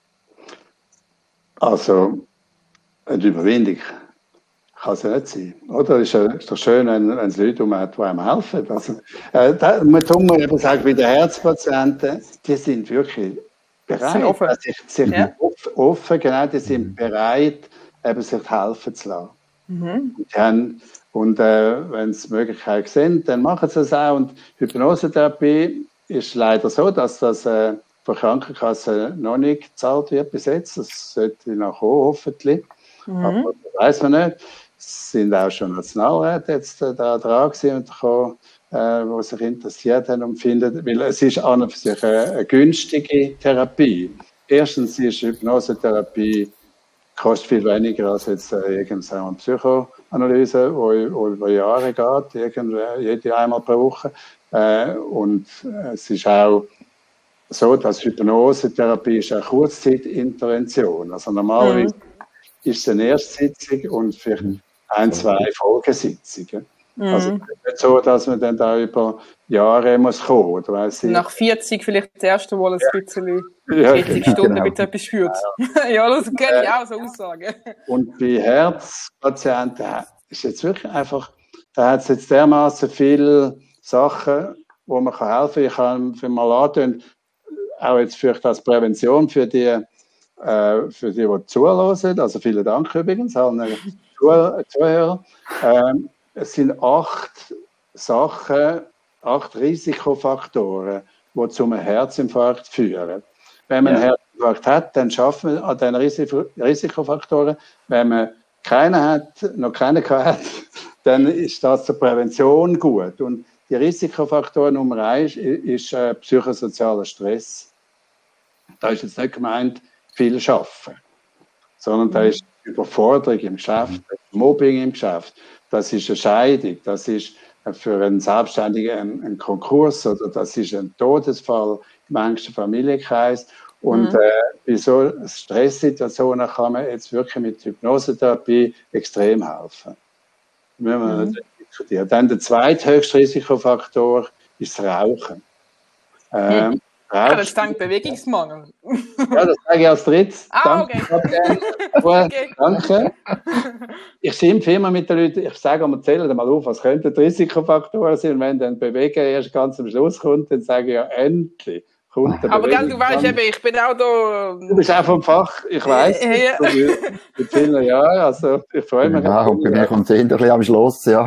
Also, eine Überwindung kann es ja nicht sein. Oder? Es ist, ja, ist doch schön, wenn, wenn es Leute um hat, die einem helfen. Also, äh, da, man tut mir eben sagen, bei den Herzpatienten, die sind wirklich bereit. Sind offen. Also, sich, sich Ja. offen, offen, genau, die sind bereit, eben sich helfen zu lassen. Mhm. Und, die haben, und äh, wenn sie Möglichkeiten sehen, dann machen sie das auch. Und Hypnosetherapie ist leider so, dass das äh, von Krankenkassen noch nicht gezahlt wird bis jetzt. Das sollte noch kommen, hoffentlich. Mhm. Aber das weiss man nicht. Es sind auch schon Nationalräte jetzt äh, da dran gewesen und gekommen, äh, die sich interessiert haben und finden, weil es ist an und für sich eine, eine günstige Therapie. Erstens ist Hypnosetherapie kostet viel weniger als jetzt äh, irgendeine Psychoanalyse, wo, wo über Jahre geht, irgendwie, jede einmal pro Woche. Äh, und äh, es ist auch so, dass Hypnosetherapie ist eine Kurzzeitintervention. Also normalerweise Mhm. ist es eine Erstsitzung und vielleicht ein, zwei Folgesitzungen. Mhm. Also es ist nicht so, dass man dann da über Jahre muss kommen, oder weiss ich. Nach vierzig vielleicht das erste Mal ein bisschen, Ja, vierzig genau. Stunden Genau. mit etwas führt. Ja, das kenne ich auch, so Aussagen. Und bei Herzpatienten ist jetzt wirklich einfach, da hat es jetzt dermaßen viele Sachen, wo man kann helfen kann. Ich kann für mal antönen, auch jetzt vielleicht als Prävention für die, äh, für die, die zuhören. Also vielen Dank übrigens an die Zuhörer. Ähm, es sind acht Sachen, acht Risikofaktoren, die zu einem Herzinfarkt führen. Wenn man Ja. einen Herzinfarkt hat, dann schaffen wir an diesen Risiko- Risikofaktoren. Wenn man keinen hat, noch keinen hat, dann ist das zur Prävention gut. Und die Risikofaktor Nummer eins ist äh, psychosozialer Stress. Da ist jetzt nicht gemeint, viel arbeiten, sondern da ist Überforderung im Geschäft, Mobbing im Geschäft, das ist eine Scheidung, das ist für einen Selbstständigen ein, ein Konkurs oder das ist ein Todesfall im engsten Familienkreis. Und Mhm. äh, bei so Stresssituationen kann man jetzt wirklich mit Hypnosetherapie extrem helfen. Müssen wir Mhm. nicht diskutieren. Dann der zweithöchste Risikofaktor ist das Rauchen. Ähm, Mhm. Ja, das Rauchen- ist dann Bewegungsmangel. ja, das sage ich als drittes. Ah, Danke, okay. Fabienne. Gut, Okay. danke. Ich schimpfe immer mit den Leuten, ich sage einmal, zähle mal auf, was könnten die Risikofaktoren sein. Und wenn dann Bewegen erst ganz am Schluss kommt, dann sage ich ja, endlich kommt der Aber gell, du weißt Bewegungsmangel. eben, ich bin auch da. Du bist auch vom Fach, ich weiss, Ja, ja. mit vielen Jahren, also ich freue mich. Ja, und bei mir kommt es eher ein bisschen am Schluss, ja.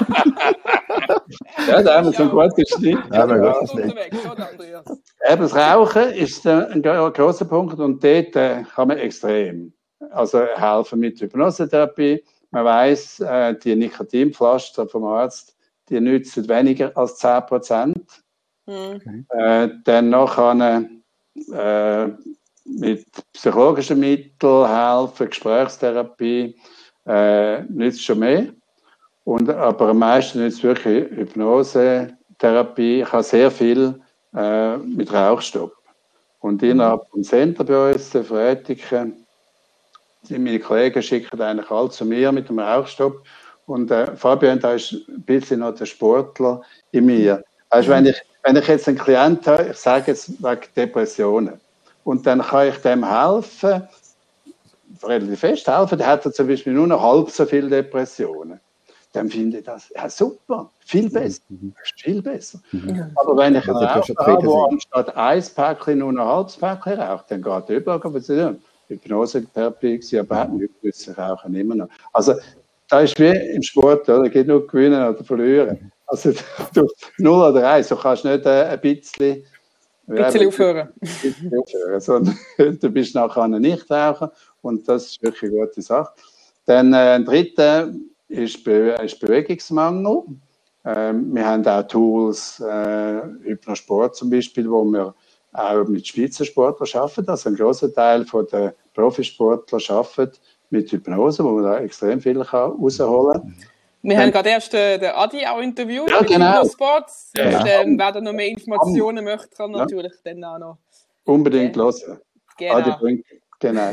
Ja, da haben wir so einen guten Schnitt. Ja, aber Ja. gut, das nicht. Unterwegs, oder, Andreas? Eben, das Rauchen ist äh, ein gro- grosser Punkt und dort äh, kann man extrem also helfen mit Hypnosetherapie. Man weiss, äh, die Nikotinpflaster vom Arzt, die nützen weniger als zehn Prozent. Mhm. Äh, dann noch kann äh, mit psychologischen Mitteln helfen, Gesprächstherapie, äh, nützt schon mehr. Und, aber am meisten nützt wirklich Hypnosetherapie. Ich habe sehr viel äh, mit Rauchstopp. Und innerhalb vom Center bei uns, der Verrätiken, sind meine Kollegen schicken eigentlich alle zu mir mit dem Rauchstopp. Und äh, Fabian, da ist ein bisschen noch der Sportler in mir. Also wenn ich, wenn ich jetzt einen Klient habe, ich sage jetzt wegen Depressionen, und dann kann ich dem helfen, relativ fest helfen, der hat zum Beispiel nur noch halb so viele Depressionen. Dann finde ich das ja, super, viel besser, viel besser. Mhm. Aber wenn ich Also, einen das ist Raucher habe, zufrieden der sein. anstatt ein Päckchen nur noch ein halbes Päckchen raucht, dann geht er über, aber sie ja, Hypnosetherapie, sie überhaupt nicht wissen, rauchen immer noch. Also, da ist wie im Sport, oder? Es geht nur gewinnen oder verlieren. Also, du null oder eins, du kannst nicht äh, ein bisschen, Ein bisschen aufhören. ein bisschen aufhören, sondern du bist nachher ein Nichtraucher und das ist wirklich eine gute Sache. Dann äh, ein dritter ist, Be ist Bewegungsmangel. Ähm, wir haben auch Tools, äh, Hypnosport zum Beispiel, wo wir auch mit Spitzensportlern arbeiten. Also ein grosser Teil der Profisportler arbeitet mit Hypnose, wo man da extrem viel kann rausholen kann. Wir haben gerade erst äh, den Adi auch interviewt ja, mit genau. Hypnospots. Ja. Und, ähm, wer da noch mehr Informationen möchte, kann ja. natürlich dann auch noch. Unbedingt Ja. hören. Genau. Adi Brünker, genau.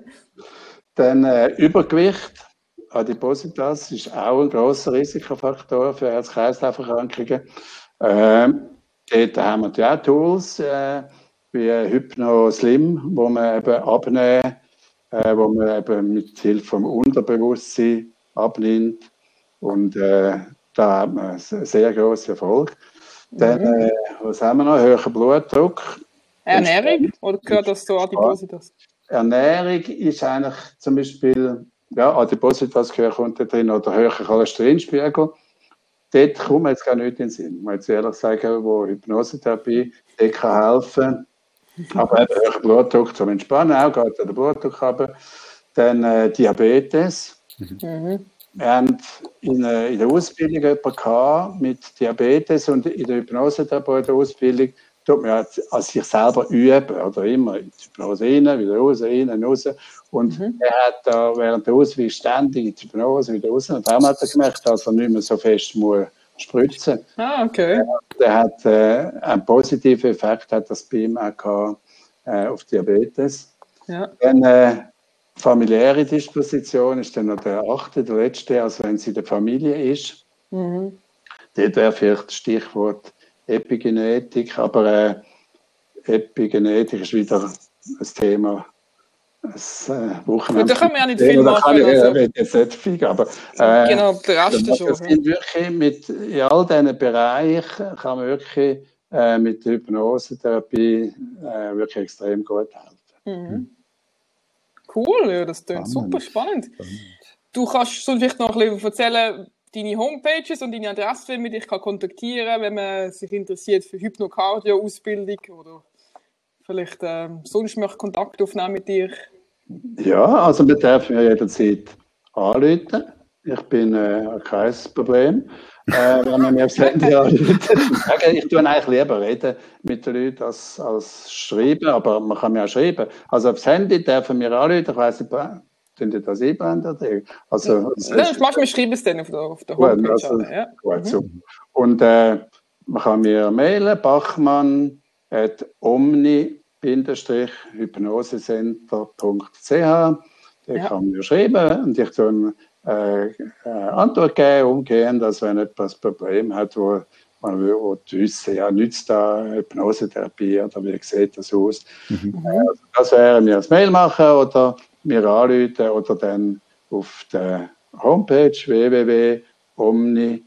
Dann äh, Übergewicht, Adipositas, ist auch ein grosser Risikofaktor für Herz-Kreislauf-Erkrankungen. Ähm, dort haben wir natürlich auch Tools äh, wie HypnoSlim, wo man eben abnehmen, äh, wo man eben mit Hilfe vom Unterbewusstsein abnimmt. Und äh, da hat man sehr grossen Erfolg. Dann, Mhm. äh, was haben wir noch? Höherer Blutdruck. Ernährung? Oder gehört das zu Adipositas? Ernährung ist eigentlich zum Beispiel, ja, Adipositas kommt da drin, oder höherer Cholesterinspiegel. Dort kommt mir jetzt gar nicht in den Sinn. Ich muss jetzt ehrlich sagen, wo Hypnosetherapie dort kann helfen. Aber eben höherer Blutdruck zum Entspannen auch, geht der Blutdruck runter. Dann äh, Diabetes. Mhm. Wir haben in, äh, in der Ausbildung jemanden gehabt mit Diabetes und in der Hypnosetherapie in der Ausbildung tut man ja an sich selber üben, oder immer in die Hypnose rein, wieder raus, rein, raus. Und Mhm. er hat da während der Ausbildung ständig in die Hypnose wieder raus. Und dann hat er gemerkt, dass er nicht mehr so fest muss spritzen. Ah, okay. Der hat äh, einen positiven Effekt, hat das bei ihm auch gehabt, äh, auf Diabetes. Ja. Dann äh, familiäre Disposition ist dann noch der achte, der letzte, also wenn es in der Familie ist. Mhm. Dort wäre vielleicht das Stichwort Epigenetik, aber äh, Epigenetik ist wieder ein Thema. Das äh, Wochenende. Da können wir ja nicht viel Da machen. kann ich Also, äh, jetzt nicht viel, aber äh, genau, der Rest das schon. sind wirklich mit, in all diesen Bereichen kann man wirklich äh, mit der Hypnosetherapie äh, wirklich extrem gut helfen. Mhm. Cool, ja, das klingt super spannend. Du kannst so vielleicht noch ein bisschen erzählen, deine Homepages und deine Adresse, wie man dich kann kontaktieren kann, wenn man sich interessiert für Hypnocardio-Ausbildung oder vielleicht ähm, sonst möchte Kontakt aufnehmen mit dir. Ja, also wir dürfen ja jederzeit anrufen. Ich bin äh, kein Problem. Äh, wenn man mir aufs Handy anruft. Ich tue eigentlich lieber reden mit den Leuten als, als schreiben, aber man kann mir auch schreiben. Also aufs Handy dürfen wir anrufen. Ich weiss nicht, tun die das einblenden? Also, Nein, manchmal schreiben es dann auf der, auf der Homepage. Gut, also, ja. gut, Mhm. super. Und äh, man kann mir mailen, bachmann at omni hypnosecenter punkt c h. Da Ja. kann man mir schreiben und ich tue äh, äh, Antwort geben, umgehend, dass wenn jemand ein Problem hat, wo man will wissen, ja, nützt da Hypnosetherapie oder wie sieht das aus? Mhm. Äh, also das wäre mir ein Mail machen oder mir anrufen oder dann auf der Homepage w w w punkt omni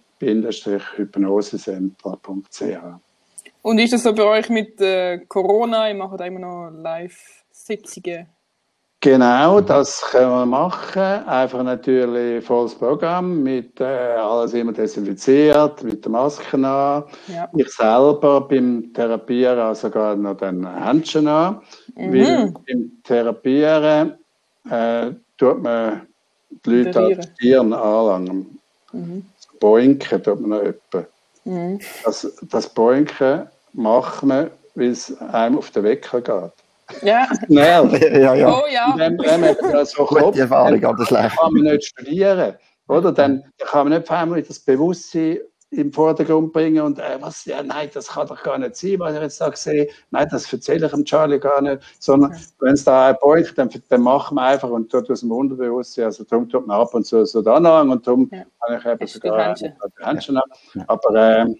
hypnosecenter punkt c h. Und ist das so bei euch mit äh, Corona? Ihr macht immer noch Live-Sitzungen? Genau, das können wir machen. Einfach natürlich volles Programm mit äh, alles immer desinfiziert, mit den Masken an. Ja. Ich selber beim Therapieren habe sogar noch den Händchen an. Mhm. Weil beim Therapieren äh, tut man die Leute Moderieren. als Stirn anlangen. Mhm. Das Boinken tut man noch etwa. Mhm. Das, das Boinken macht man, weil es einem auf den Wecker geht. Ja. Schnell. Ja, ja. Oh ja. Wenn, wenn man ja so Gute Erfahrung, aber schlecht. kann man nicht studieren. Oder? Dann, dann kann man nicht auf einmal das Bewusstsein im Vordergrund bringen und äh, was, ja, nein, das kann doch gar nicht sein, was ich jetzt da sehe. Nein, das erzähle ich dem Charlie gar nicht. Sondern Okay. wenn es da ein beugt, dann, dann machen wir einfach und tut aus dem Unterbewusstsein. Also darum tut man ab und zu so da lang und darum Ja. kann ich eben Hast du sogar die Händchen? die Händchen ab. Ja. Aber ähm,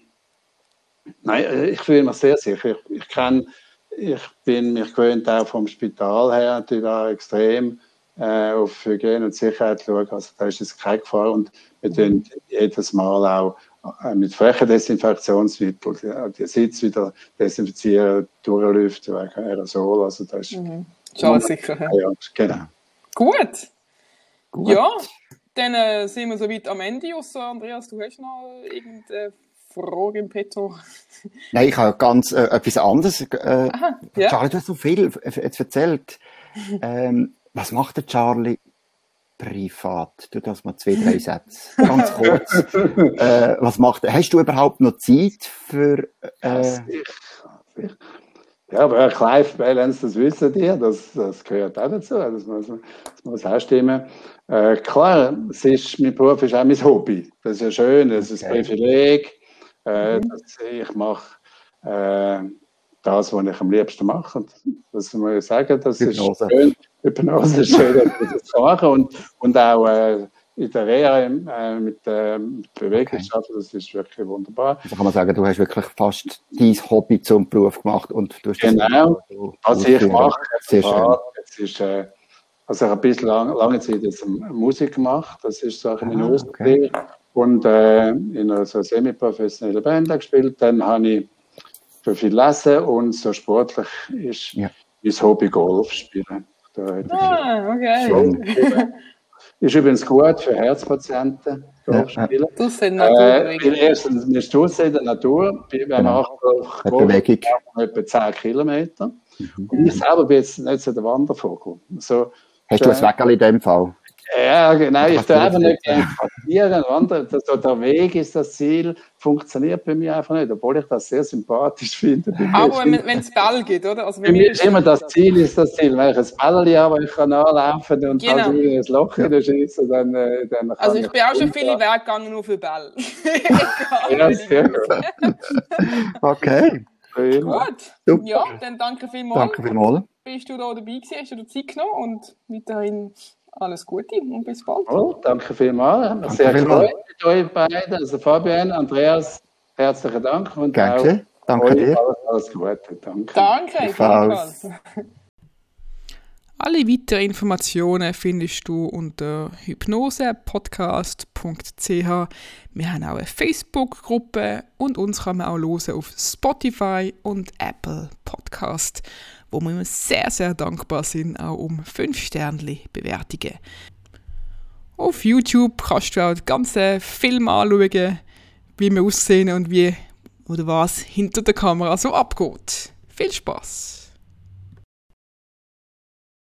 nein, äh, ich fühle mich sehr sicher. Ich, ich, kann, ich bin mich gewöhnt, auch vom Spital her, natürlich da extrem äh, auf Hygiene und Sicherheit zu schauen. Also da ist es keine Gefahr und wir tun jedes Mal auch äh, mit frechen Desinfektionsmitteln die, die Sitze wieder desinfizieren, durchlüften wegen Aerosol. Also das ist Mhm. Schon sicher. Ja. ja, genau. Gut. Gut. Ja, dann äh, sind wir soweit am Ende. Ausser Andreas, du hast noch irgendeine Frage im Petto? Nein, ich habe ganz äh, etwas anderes. Äh, Aha, ja. Charlie, du hast so viel jetzt erzählt. Ähm, was macht der Charlie privat? Du das mal zwei, drei Sätze. Ganz kurz. äh, was macht er? Hast du überhaupt noch Zeit für... Äh, Ja, sicher, sicher. Ja, aber Work-Life-Balance, das wissen die, das, das gehört auch dazu, das muss, das muss auch stimmen. Äh, klar, es ist, mein Beruf ist auch mein Hobby, das ist ja schön, das ist ein Privileg, äh, Mhm. dass ich mache äh, das, was ich am liebsten mache, und das muss ich sagen, das Hypnose. ist schön, Hypnose ist schön, dass ich das mache und, und auch äh, in der Reha äh, mit, äh, mit Bewegungsarbeit, das ist wirklich wunderbar. Also kann man sagen, du hast wirklich fast dein Hobby zum Beruf gemacht und du hast das Genau, so was ich ausführen. mache, Sehr schön. es ist, äh, also ich habe ein bisschen lang, lange Zeit jetzt Musik gemacht, das ist so mein Ah, Ausdruck. Und äh, in einer so semi-professionellen Band gespielt. Dann habe ich für viel lesen und so sportlich ist Ja. mein Hobby Golf spielen. Da hätte ich Ah, okay. Schön. ist übrigens gut für Herzpatienten, Golf Ja, ja. spielen. Das sind Äh, natürlich. weil erstens, man ist draussen in der Natur, wenn man Genau. macht Golf, Hat Golf Bewegung. etwa zehn Kilometer. Mhm. Und ich selber bin jetzt nicht so der Wandervogel. So, Hast du ein Wägeli in dem Fall? ja, genau. Also Ich kannst du tue einfach das nicht gerne spazieren. Wandern. Das- Der Weg ist das Ziel, funktioniert bei mir einfach nicht, obwohl ich das sehr sympathisch finde. Bei mir Aber ist wenn es Ball gibt, oder? Also bei Bei mir mir ist immer das Ziel, ist das Ziel. Wenn ich ein Bällchen habe, ich kann anlaufen und Genau. halt wieder ein Loch in der Schieße, dann, äh, dann kann Also ich bin auch schon viele runter. Wege gegangen, nur für Ball. Egal, Ja, welche sehr Größe. Okay, Prima. Gut. Super. Ja, dann danke vielmals. danke vielmals. Bist du da dabei gewesen, hast du dir Zeit genommen und weiterhin alles Gute und bis bald. Oh, danke vielmals. Hat mich Danke sehr vielmals. gefreut mit euch beiden. Also Fabian, Andreas, herzlichen Dank. Und Danke, auch danke euch dir. alles, alles Gute. Danke. Danke, Ebenfalls. gleichfalls. Alle weiteren Informationen findest du unter hypnosepodcast punkt c h. Wir haben auch eine Facebook-Gruppe und uns kann man auch hören auf Spotify und Apple Podcast, wo wir uns sehr, sehr dankbar sind, auch um fünf Sternchen Bewertungen. Auf YouTube kannst du auch den ganzen Film anschauen, wie wir aussehen und wie oder was hinter der Kamera so abgeht. Viel Spaß!